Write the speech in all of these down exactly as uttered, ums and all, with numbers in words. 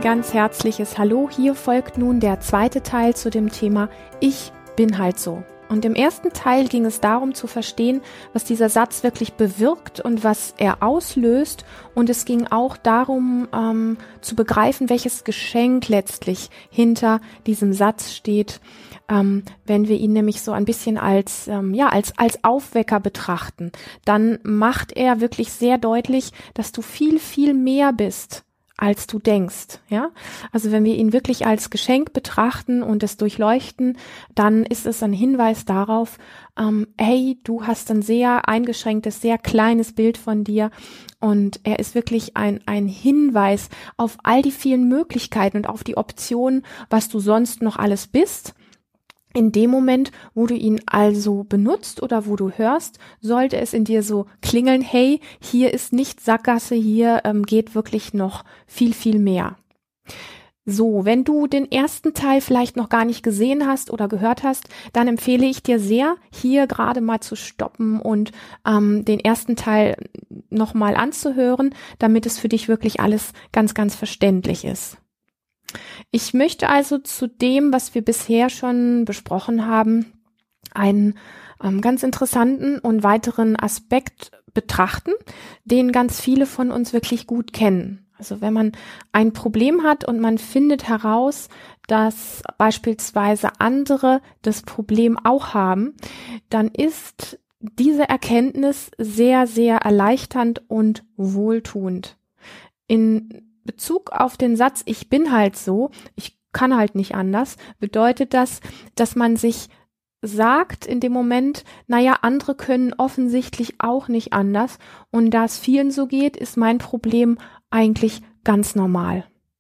ganz herzliches Hallo. Hier folgt nun der zweite Teil zu dem Thema Ich bin halt so. Und im ersten Teil ging es darum zu verstehen, was dieser Satz wirklich bewirkt und was er auslöst. Und es ging auch darum, ähm, zu begreifen, welches Geschenk letztlich hinter diesem Satz steht, ähm, wenn wir ihn nämlich so ein bisschen als, ähm, ja, als, als Aufwecker betrachten. Dann macht er wirklich sehr deutlich, dass du viel, viel mehr bist, als du denkst, ja. Also wenn wir ihn wirklich als Geschenk betrachten und es durchleuchten, dann ist es ein Hinweis darauf, ähm, hey, du hast ein sehr eingeschränktes, sehr kleines Bild von dir und er ist wirklich ein, ein Hinweis auf all die vielen Möglichkeiten und auf die Optionen, was du sonst noch alles bist. In dem Moment, wo du ihn also benutzt oder wo du hörst, sollte es in dir so klingeln, hey, hier ist nicht Sackgasse, hier ähm, geht wirklich noch viel, viel mehr. So, wenn du den ersten Teil vielleicht noch gar nicht gesehen hast oder gehört hast, dann empfehle ich dir sehr, hier gerade mal zu stoppen und ähm, den ersten Teil nochmal anzuhören, damit es für dich wirklich alles ganz, ganz verständlich ist. Ich möchte also zu dem, was wir bisher schon besprochen haben, einen ähm, ganz interessanten und weiteren Aspekt betrachten, den ganz viele von uns wirklich gut kennen. Also wenn man ein Problem hat und man findet heraus, dass beispielsweise andere das Problem auch haben, dann ist diese Erkenntnis sehr, sehr erleichternd und wohltuend. In Bezug auf den Satz, ich bin halt so, ich kann halt nicht anders, bedeutet das, dass man sich sagt in dem Moment, naja, andere können offensichtlich auch nicht anders und da es vielen so geht, ist mein Problem eigentlich ganz normal.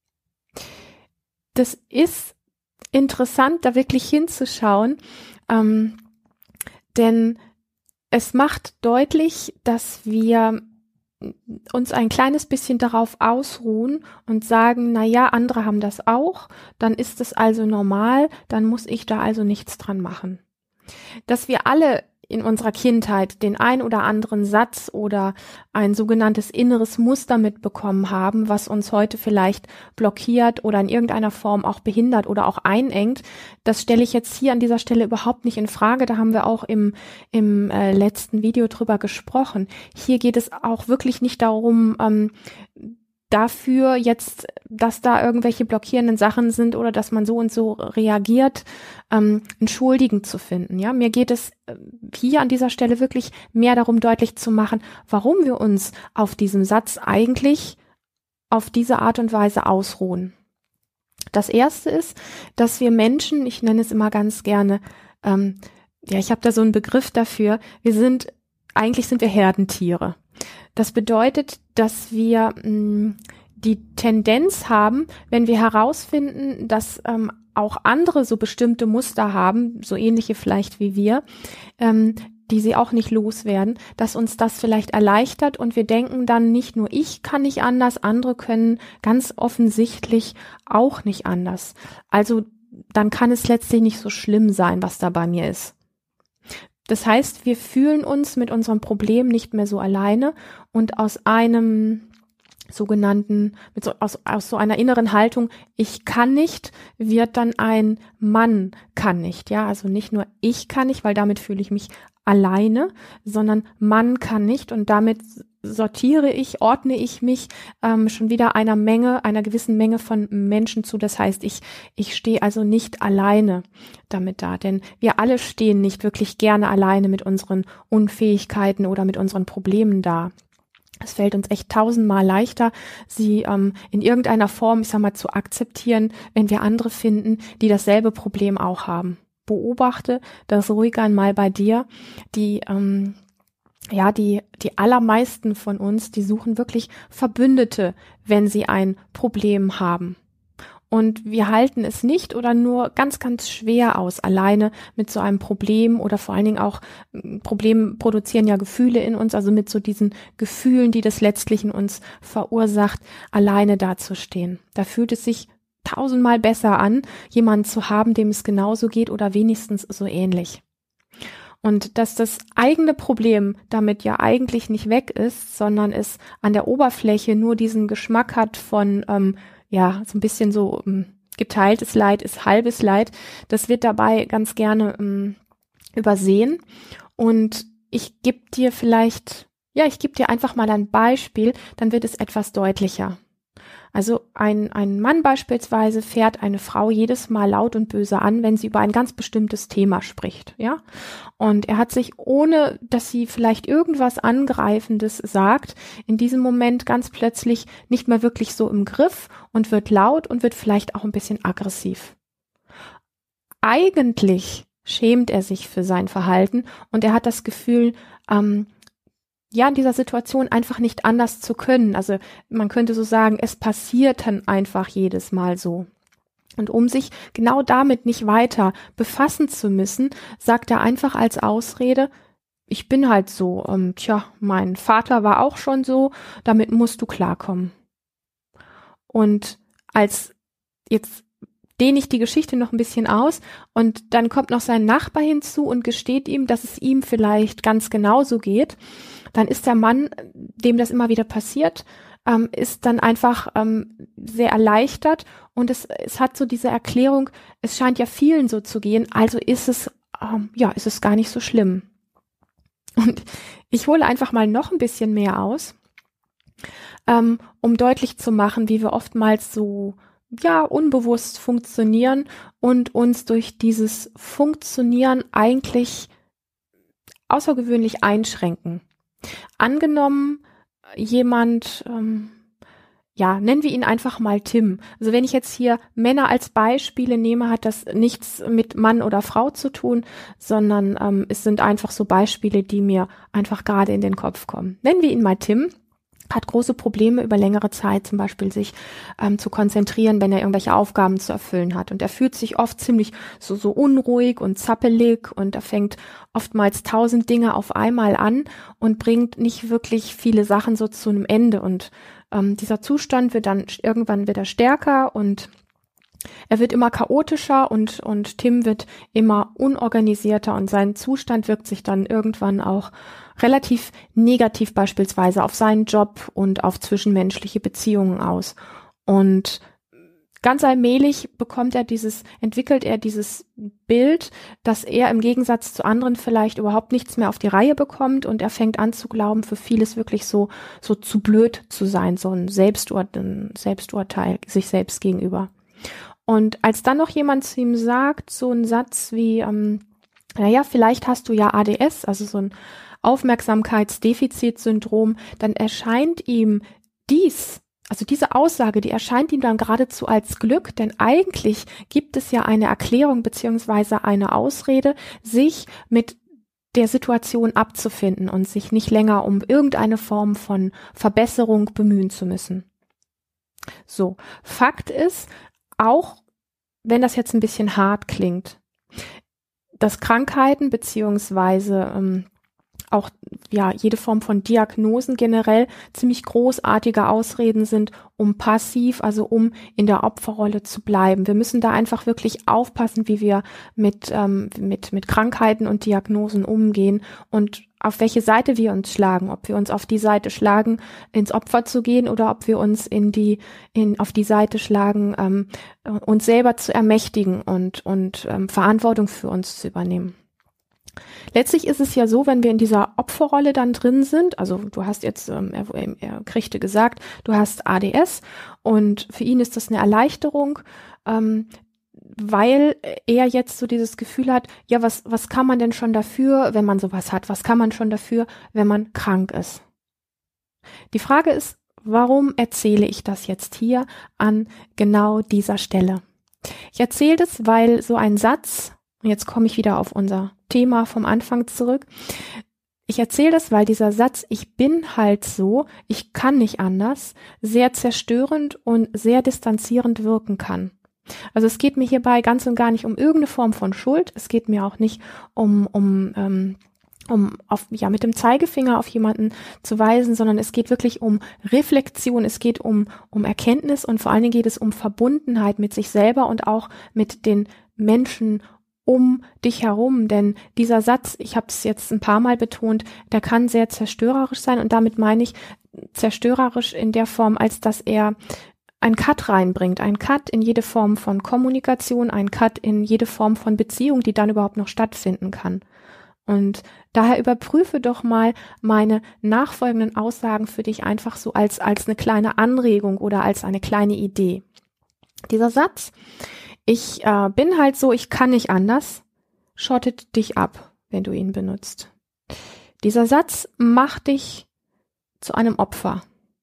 Das ist interessant, da wirklich hinzuschauen, ähm, denn es macht deutlich, dass wir uns ein kleines bisschen darauf ausruhen und sagen, na ja, andere haben das auch, dann ist es also normal, dann muss ich da also nichts dran machen. Dass wir alle in unserer Kindheit den ein oder anderen Satz oder ein sogenanntes inneres Muster mitbekommen haben, was uns heute vielleicht blockiert oder in irgendeiner Form auch behindert oder auch einengt, das stelle ich jetzt hier an dieser Stelle überhaupt nicht in Frage. Da haben wir auch im, im äh, letzten Video drüber gesprochen. Hier geht es auch wirklich nicht darum, ähm, dafür jetzt, dass da irgendwelche blockierenden Sachen sind oder dass man so und so reagiert, ähm, entschuldigend zu finden. Ja, mir geht es äh, hier an dieser Stelle wirklich mehr darum, deutlich zu machen, warum wir uns auf diesem Satz eigentlich auf diese Art und Weise ausruhen. Das erste ist, dass wir Menschen, ich nenne es immer ganz gerne, ähm, ja, ich habe da so einen Begriff dafür, wir sind, eigentlich sind wir Herdentiere. Das bedeutet, dass wir mh, die Tendenz haben, wenn wir herausfinden, dass ähm, auch andere so bestimmte Muster haben, so ähnliche vielleicht wie wir, ähm, die sie auch nicht loswerden, dass uns das vielleicht erleichtert und wir denken dann nicht nur ich kann nicht anders, andere können ganz offensichtlich auch nicht anders. Also dann kann es letztlich nicht so schlimm sein, was da bei mir ist. Das heißt, wir fühlen uns mit unserem Problem nicht mehr so alleine und aus einem sogenannten, mit so, aus, aus so einer inneren Haltung, ich kann nicht, wird dann ein Mann kann nicht, ja, also nicht nur ich kann nicht, weil damit fühle ich mich alleine, sondern Mann kann nicht und damit sortiere ich, ordne ich mich ähm, schon wieder einer Menge, einer gewissen Menge von Menschen zu. Das heißt, ich ich stehe also nicht alleine damit da, denn wir alle stehen nicht wirklich gerne alleine mit unseren Unfähigkeiten oder mit unseren Problemen da. Es fällt uns echt tausendmal leichter, sie ähm, in irgendeiner Form, ich sag mal, zu akzeptieren, wenn wir andere finden, die dasselbe Problem auch haben. Beobachte das ruhig einmal bei dir. Die, ähm, ja, die, die allermeisten von uns, die suchen wirklich Verbündete, wenn sie ein Problem haben. Und wir halten es nicht oder nur ganz, ganz schwer aus, alleine mit so einem Problem oder vor allen Dingen auch Probleme produzieren ja Gefühle in uns, also mit so diesen Gefühlen, die das letztlich in uns verursacht, alleine dazustehen. Da fühlt es sich tausendmal besser an, jemanden zu haben, dem es genauso geht oder wenigstens so ähnlich. Und dass das eigene Problem damit ja eigentlich nicht weg ist, sondern es an der Oberfläche nur diesen Geschmack hat von, ähm, ja, so ein bisschen so um, geteiltes Leid ist halbes Leid. Das wird dabei ganz gerne um, übersehen. Und ich gebe dir vielleicht, ja, ich gebe dir einfach mal ein Beispiel, dann wird es etwas deutlicher. Also ein, ein Mann beispielsweise fährt eine Frau jedes Mal laut und böse an, wenn sie über ein ganz bestimmtes Thema spricht, ja. Und er hat sich, ohne dass sie vielleicht irgendwas Angreifendes sagt, in diesem Moment ganz plötzlich nicht mehr wirklich so im Griff und wird laut und wird vielleicht auch ein bisschen aggressiv. Eigentlich schämt er sich für sein Verhalten und er hat das Gefühl, ähm, ja, in dieser Situation einfach nicht anders zu können. Also man könnte so sagen, es passiert dann einfach jedes Mal so. Und um sich genau damit nicht weiter befassen zu müssen, sagt er einfach als Ausrede, ich bin halt so, ähm, tja, mein Vater war auch schon so, damit musst du klarkommen. Und als jetzt dehne ich die Geschichte noch ein bisschen aus und dann kommt noch sein Nachbar hinzu und gesteht ihm, dass es ihm vielleicht ganz genauso geht. Dann ist der Mann, dem das immer wieder passiert, ähm, ist dann einfach ähm, sehr erleichtert und es, es hat so diese Erklärung, es scheint ja vielen so zu gehen, also ist es, ähm, ja, ist es gar nicht so schlimm. Und ich hole einfach mal noch ein bisschen mehr aus, ähm, um deutlich zu machen, wie wir oftmals so ja, unbewusst funktionieren und uns durch dieses Funktionieren eigentlich außergewöhnlich einschränken. Angenommen, jemand, ähm, ja, nennen wir ihn einfach mal Tim. Also wenn ich jetzt hier Männer als Beispiele nehme, hat das nichts mit Mann oder Frau zu tun, sondern ähm, es sind einfach so Beispiele, die mir einfach gerade in den Kopf kommen. Nennen wir ihn mal Tim. Hat große Probleme über längere Zeit zum Beispiel sich ähm, zu konzentrieren, wenn er irgendwelche Aufgaben zu erfüllen hat. Und er fühlt sich oft ziemlich so, so unruhig und zappelig und er fängt oftmals tausend Dinge auf einmal an und bringt nicht wirklich viele Sachen so zu einem Ende. Und ähm, dieser Zustand wird dann irgendwann wieder stärker und er wird immer chaotischer und, und Tim wird immer unorganisierter und sein Zustand wirkt sich dann irgendwann auch relativ negativ beispielsweise auf seinen Job und auf zwischenmenschliche Beziehungen aus. Und ganz allmählich bekommt er dieses, entwickelt er dieses Bild, dass er im Gegensatz zu anderen vielleicht überhaupt nichts mehr auf die Reihe bekommt und er fängt an zu glauben, für vieles wirklich so, so zu blöd zu sein, so ein Selbstur- ein Selbsturteil sich selbst gegenüber. Und als dann noch jemand zu ihm sagt, so ein Satz wie, ähm, naja, vielleicht hast du ja A D S, also so ein Aufmerksamkeitsdefizitsyndrom, dann erscheint ihm dies, also diese Aussage, die erscheint ihm dann geradezu als Glück, denn eigentlich gibt es ja eine Erklärung beziehungsweise eine Ausrede, sich mit der Situation abzufinden und sich nicht länger um irgendeine Form von Verbesserung bemühen zu müssen. So, Fakt ist, auch wenn das jetzt ein bisschen hart klingt, dass Krankheiten beziehungsweise ähm, auch ja jede Form von Diagnosen generell ziemlich großartige Ausreden sind, um passiv, also um in der Opferrolle zu bleiben. Wir müssen da einfach wirklich aufpassen, wie wir mit ähm, mit mit Krankheiten und Diagnosen umgehen und auf welche Seite wir uns schlagen, ob wir uns auf die Seite schlagen, ins Opfer zu gehen oder ob wir uns in die in auf die Seite schlagen, ähm, uns selber zu ermächtigen und und ähm, Verantwortung für uns zu übernehmen. Letztlich ist es ja so, wenn wir in dieser Opferrolle dann drin sind, also du hast jetzt, ähm, er, er kriegte gesagt, du hast A D S und für ihn ist das eine Erleichterung, ähm, weil er jetzt so dieses Gefühl hat, ja, was, was kann man denn schon dafür, wenn man sowas hat? Was kann man schon dafür, wenn man krank ist? Die Frage ist, warum erzähle ich das jetzt hier an genau dieser Stelle? Ich erzähle das, weil so ein Satz, und jetzt komme ich wieder auf unser Thema vom Anfang zurück. Ich erzähle das, weil dieser Satz, ich bin halt so, ich kann nicht anders, sehr zerstörend und sehr distanzierend wirken kann. Also es geht mir hierbei ganz und gar nicht um irgendeine Form von Schuld. Es geht mir auch nicht um, um, ähm, um auf, ja, mit dem Zeigefinger auf jemanden zu weisen, sondern es geht wirklich um Reflexion, es geht um, um Erkenntnis und vor allen Dingen geht es um Verbundenheit mit sich selber und auch mit den Menschen um dich herum, denn dieser Satz, ich habe es jetzt ein paar Mal betont, der kann sehr zerstörerisch sein und damit meine ich zerstörerisch in der Form, als dass er einen Cut reinbringt, einen Cut in jede Form von Kommunikation, einen Cut in jede Form von Beziehung, die dann überhaupt noch stattfinden kann. Und daher überprüfe doch mal meine nachfolgenden Aussagen für dich einfach so als, als eine kleine Anregung oder als eine kleine Idee. Dieser Satz, ich äh, bin halt so, ich kann nicht anders, schottet dich ab, wenn du ihn benutzt. Dieser Satz macht dich zu einem Opfer.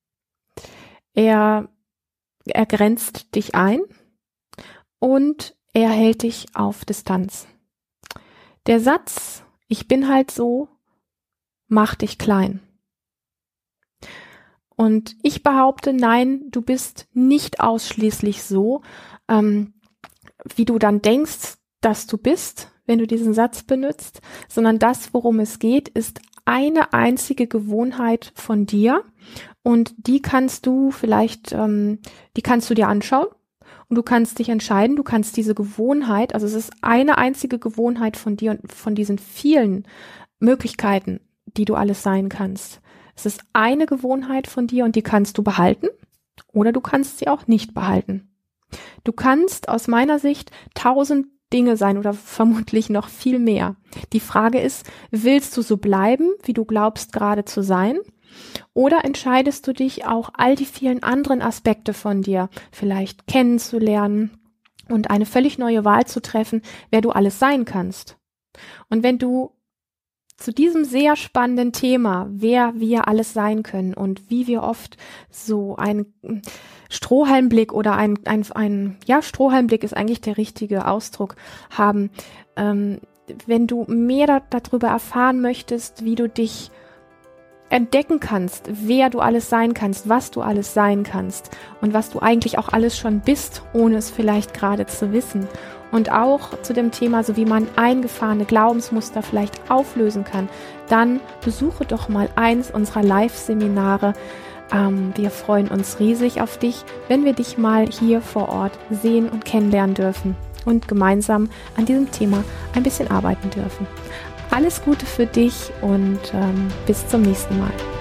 Er, er grenzt dich ein und er hält dich auf Distanz. Der Satz, ich bin halt so, macht dich klein. Und ich behaupte, nein, du bist nicht ausschließlich so, ähm, wie du dann denkst, dass du bist, wenn du diesen Satz benutzt, sondern das, worum es geht, ist eine einzige Gewohnheit von dir und die kannst du vielleicht, ähm, die kannst du dir anschauen und du kannst dich entscheiden, du kannst diese Gewohnheit, also es ist eine einzige Gewohnheit von dir und von diesen vielen Möglichkeiten, die du alles sein kannst. Es ist eine Gewohnheit von dir und die kannst du behalten oder du kannst sie auch nicht behalten. Du kannst aus meiner Sicht tausend Dinge sein oder vermutlich noch viel mehr. Die Frage ist, willst du so bleiben, wie du glaubst gerade zu sein? Oder entscheidest du dich auch, all die vielen anderen Aspekte von dir vielleicht kennenzulernen und eine völlig neue Wahl zu treffen, wer du alles sein kannst? Und wenn du zu diesem sehr spannenden Thema, wer wir alles sein können und wie wir oft so ein Strohhalmblick oder ein, ein, ein ja, Strohhalmblick ist eigentlich der richtige Ausdruck, haben, ähm, wenn du mehr da, darüber erfahren möchtest, wie du dich entdecken kannst, wer du alles sein kannst, was du alles sein kannst und was du eigentlich auch alles schon bist, ohne es vielleicht gerade zu wissen. Und auch zu dem Thema, so wie man eingefahrene Glaubensmuster vielleicht auflösen kann, dann besuche doch mal eins unserer Live-Seminare. Ähm, wir freuen uns riesig auf dich, wenn wir dich mal hier vor Ort sehen und kennenlernen dürfen und gemeinsam an diesem Thema ein bisschen arbeiten dürfen. Alles Gute für dich und ähm, bis zum nächsten Mal.